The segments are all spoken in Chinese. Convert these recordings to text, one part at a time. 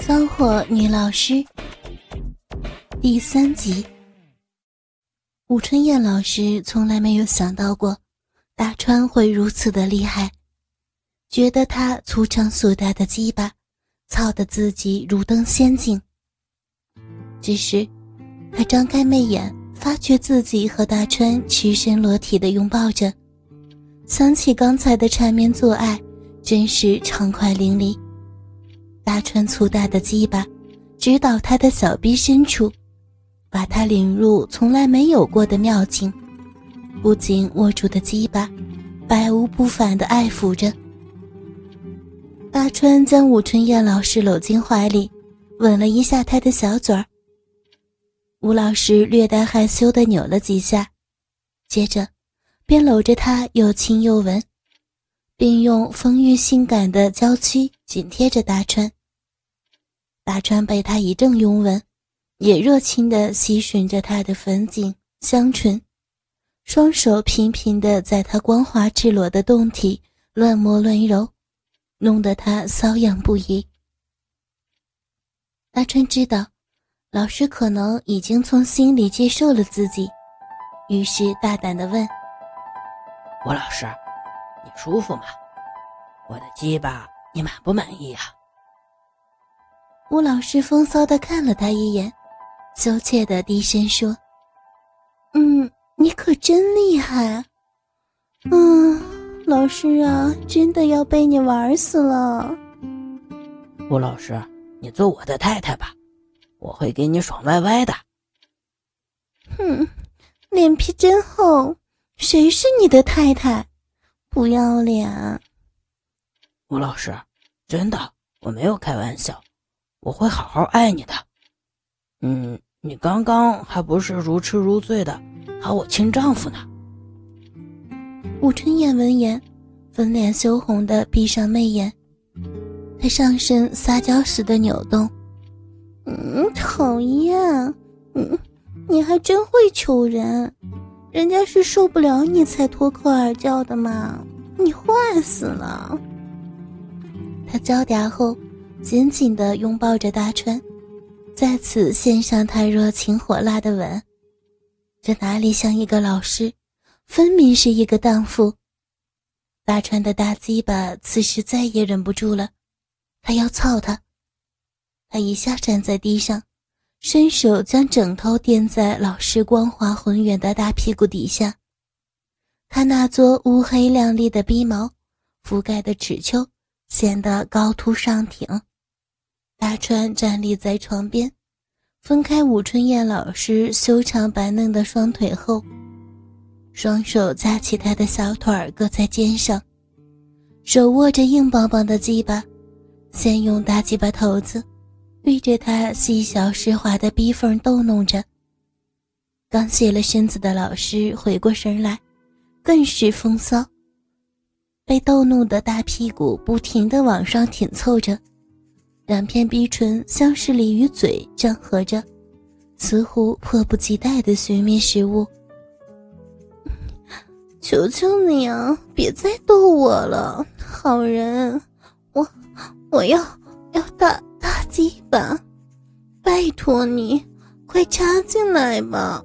骚货女老师第3集。武春燕老师从来没有想到过大川会如此的厉害，觉得他粗长硕大的鸡巴操得自己如登仙境。只是他张开媚眼，发觉自己和大川赤身裸体的拥抱着，想起刚才的缠绵做爱，真是畅快淋漓。大川粗大的鸡巴直捣他的小臂深处，把他领入从来没有过的妙境，不仅握住的鸡巴百无不返地爱抚着。大川将武春燕老师搂进怀里，吻了一下他的小嘴儿。吴老师略带害羞地扭了几下，接着便搂着他又亲又吻，并用丰腴性感的娇躯紧贴着大川。大川被他一阵拥吻，也热情地吸吮着他的粉颈香唇，双手频频地在他光滑赤裸的胴体乱摸乱揉，弄得他瘙痒不已。大川知道老师可能已经从心里接受了自己，于是大胆地问： 吴老师，你舒服吗？我的鸡巴你满不满意啊？ 吴老师风骚地看了他一眼，羞怯地低声说：你可真厉害。老师啊，真的要被你玩死了。 吴老师，你做我的太太吧，我会给你爽歪歪的。 脸皮真厚，谁是你的太太？不要脸。 吴老师，真的，我没有开玩笑，我会好好爱你的。你刚刚还不是如痴如醉的喊我亲丈夫呢。 武春燕闻言，粉脸羞红的闭上媚眼，她上身撒娇似的扭动。讨厌，你还真会求人，人家是受不了你才脱口而叫的嘛，你坏死了。她招嗲后紧紧地拥抱着大川，再次献上他热情火辣的吻。这哪里像一个老师，分明是一个荡妇。大川的大鸡巴此时再也忍不住了，他要操他。他一下站在地上，伸手将枕头垫在老师光滑浑圆的大屁股底下。他那撮乌黑亮丽的逼毛覆盖的齿丘显得高凸上挺。大川站立在床边，分开武春燕老师修长白嫩的双腿后，双手架起她的小腿儿搁在肩上，手握着硬邦邦的鸡巴，先用大鸡巴头子对着她细小湿滑的逼缝逗弄着。刚卸了身子的老师回过神来，更是风骚，被逗弄的大屁股不停地往上挺凑着，两片逼唇像是鲤鱼嘴张合着，似乎迫不及待地寻觅食物。求求你啊，别再逗我了，好人，我要大鸡巴，拜托你快插进来吧。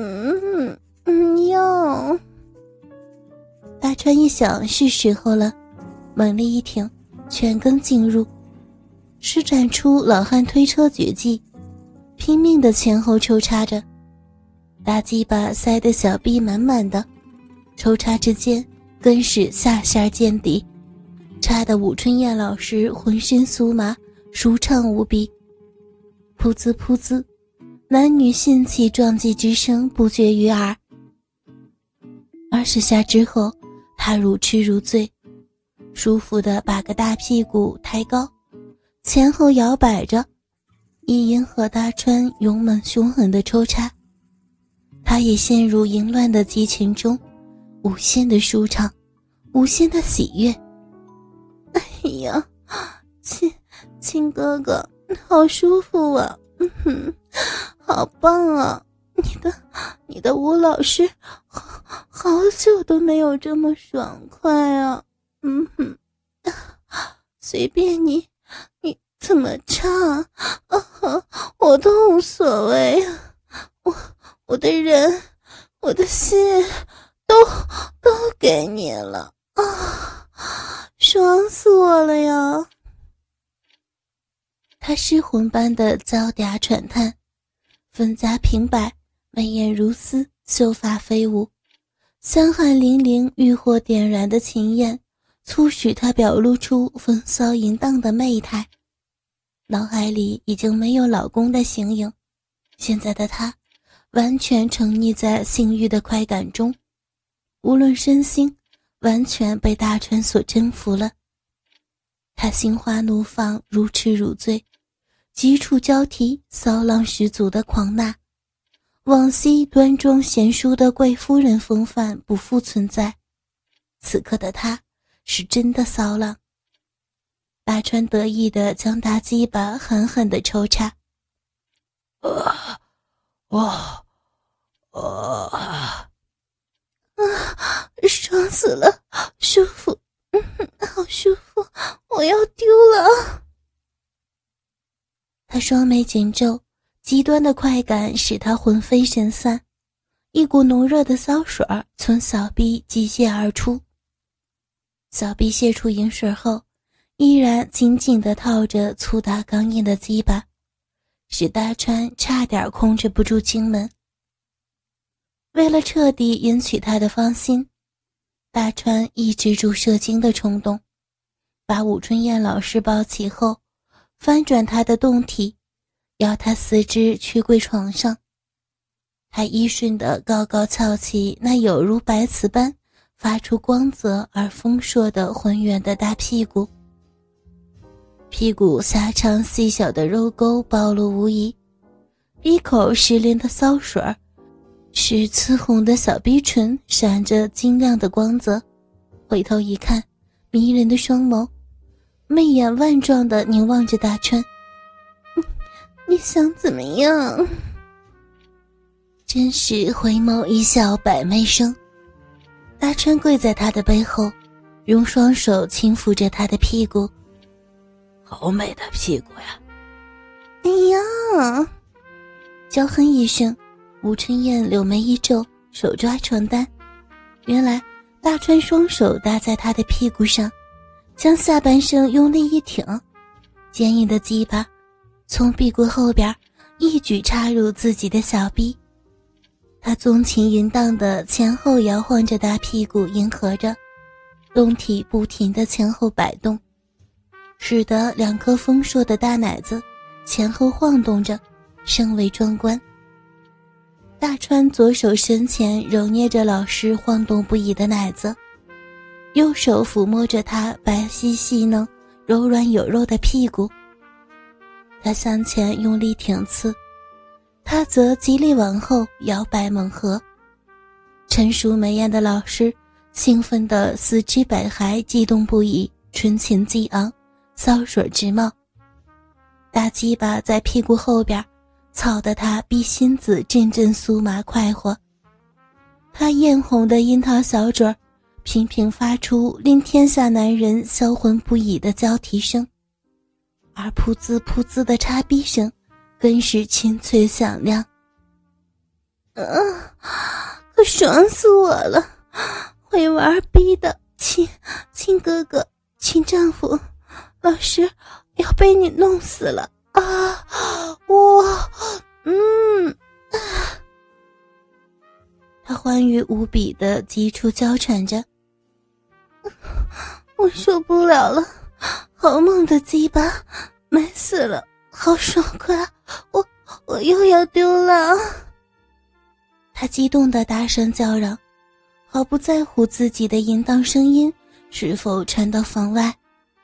要。大川一想是时候了，猛力一挺，全根进入，施展出老汉推车绝技，拼命的前后抽插着，大鸡巴塞得小臂满满的，抽插之间更是下线见底，插得武春燕老师浑身酥麻，舒畅无比。噗滋噗滋，男女性器撞击之声不绝于耳。20下之后，他如痴如醉，舒服地把个大屁股抬高，前后摇摆着，以迎合大川勇猛凶狠的抽插。他也陷入淫乱的激情中，无限的舒畅，无限的喜悦。哎呀，亲哥哥，好舒服啊，好棒啊，你的吴老师好久都没有这么爽快啊。随便你怎么唱我都无所谓，我的人，我的心都给你了啊，爽死我了呀！他失魂般的招嗲喘叹，粉颊平白，眉眼如丝，秀发飞舞，香汗淋漓，欲火点燃的情焰促使他表露出风骚淫荡的媚态。脑海里已经没有老公的形影，现在的他完全沉溺在性欲的快感中，无论身心完全被大川所征服了。他心花怒放，如痴如醉，急触交替，骚浪十足的狂纳，往昔端庄贤淑的贵夫人风范不复存在，此刻的他是真的骚浪。大川得意地将大鸡巴狠狠地抽插，爽死了，舒服，好舒服，我要丢了。他双眉紧皱，极端的快感使他魂飞神散，一股浓热的骚水从小臂急泻而出。小臂泄出饮水后，依然紧紧地套着粗大刚硬的鸡巴，使大川差点控制不住精门。为了彻底引起他的芳心，大川抑制住射精的冲动，把武春燕老师抱起后，翻转他的胴体，要他四肢屈跪床上。他依顺地高高翘起那有如白瓷般发出光泽而丰硕的浑圆的大屁股，屁股狭长细小的肉沟暴露无遗，鼻口湿淋的骚水使赤红的小逼唇闪着晶亮的光泽，回头一看，迷人的双眸媚眼万状地凝望着大川。你想怎么样？真是回眸一笑百媚生。大川跪在他的背后，用双手轻抚着他的屁股。 好美的屁股呀！ 哎呀！娇哼一声，吴春燕柳眉一皱，手抓床单。原来大川双手搭在他的屁股上，将下半身用力一挺，坚硬的鸡巴从屁股后边一举插入自己的小臂。他纵情淫荡的前后摇晃着大屁股，迎合着胴体不停地前后摆动，使得两颗丰硕的大奶子前后晃动着，甚为壮观。大川左手身前揉捏着老师晃动不已的奶子，右手抚摸着他白皙细嫩柔软有肉的屁股。他向前用力挺刺，他则极力往后摇摆猛合。成熟美艳的老师兴奋的四肢百骸激动不已，春情激昂，骚水直冒。大鸡巴在屁股后边操得他逼心子阵阵酥麻快活。他艳红的樱桃小嘴频频发出令天下男人销魂不已的交替声，而噗滋噗滋的插逼声更是清脆响亮。可爽死我了！会玩逼的亲哥哥，亲丈夫，老师要被你弄死了啊！他欢愉无比的急促娇喘着，我受不了了，好猛的鸡巴，美死了，好爽快，我又要丢了！他激动的大声叫嚷，毫不在乎自己的淫荡声音是否传到房外。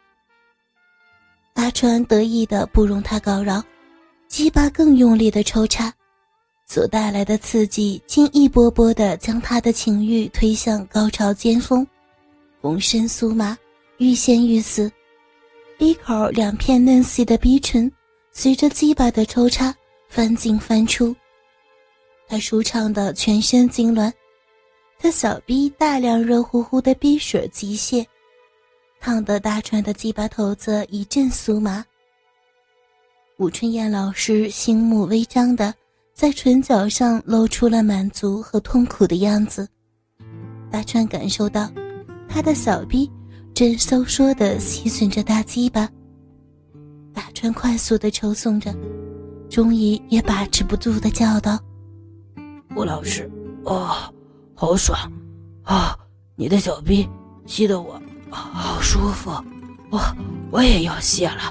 大川得意的不容他告饶，鸡巴更用力的抽插，所带来的刺激竟一波波的将他的情欲推向高潮尖峰，浑身酥麻，欲仙欲死。鼻口两片嫩细的逼唇随着鸡巴的抽插翻进翻出，他舒畅的全身痉挛，他小逼大量热乎乎的逼水急泻，烫得大川的鸡巴头子一阵酥麻。 武春燕老师星目微张的在唇角上露出了满足和痛苦的样子。大川感受到他的小臂正收缩地吸吮着大鸡巴。大川快速地抽送着，终于也把持不住地叫道： 吴老师，好爽你的小臂吸得我好舒服，我也要泄了。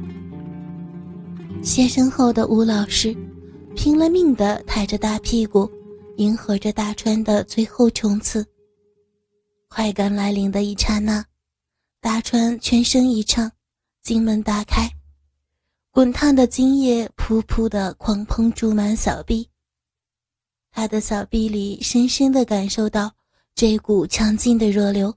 泄身后的吴老师拼了命地抬着大屁股，迎合着大川的最后冲刺。快感来临的一刹那，大川全身一畅，经门大开，滚烫的精液噗噗地狂喷注满小臂。他的小臂里深深地感受到这股强劲的热流。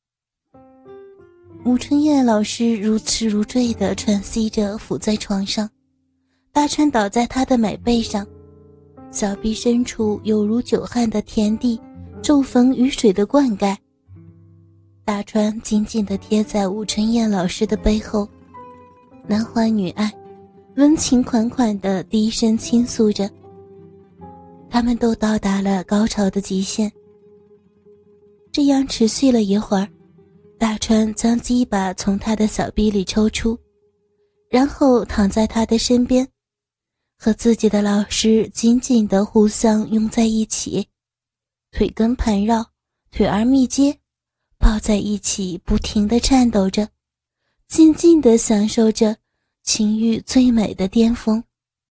吴春燕老师如痴如醉地喘息着伏在床上，大川倒在他的美背上，小臂深处有如久旱的田地，骤逢雨水的灌溉。大川紧紧地贴在吴春燕老师的背后，男欢女爱，温情款款地低声倾诉着。他们都到达了高潮的极限。这样持续了一会儿，大川将鸡巴从他的小臂里抽出，然后躺在他的身边，和自己的老师紧紧地互相拥在一起，腿根盘绕，腿儿密接，抱在一起不停地颤抖着，静静地享受着情欲最美的巅峰。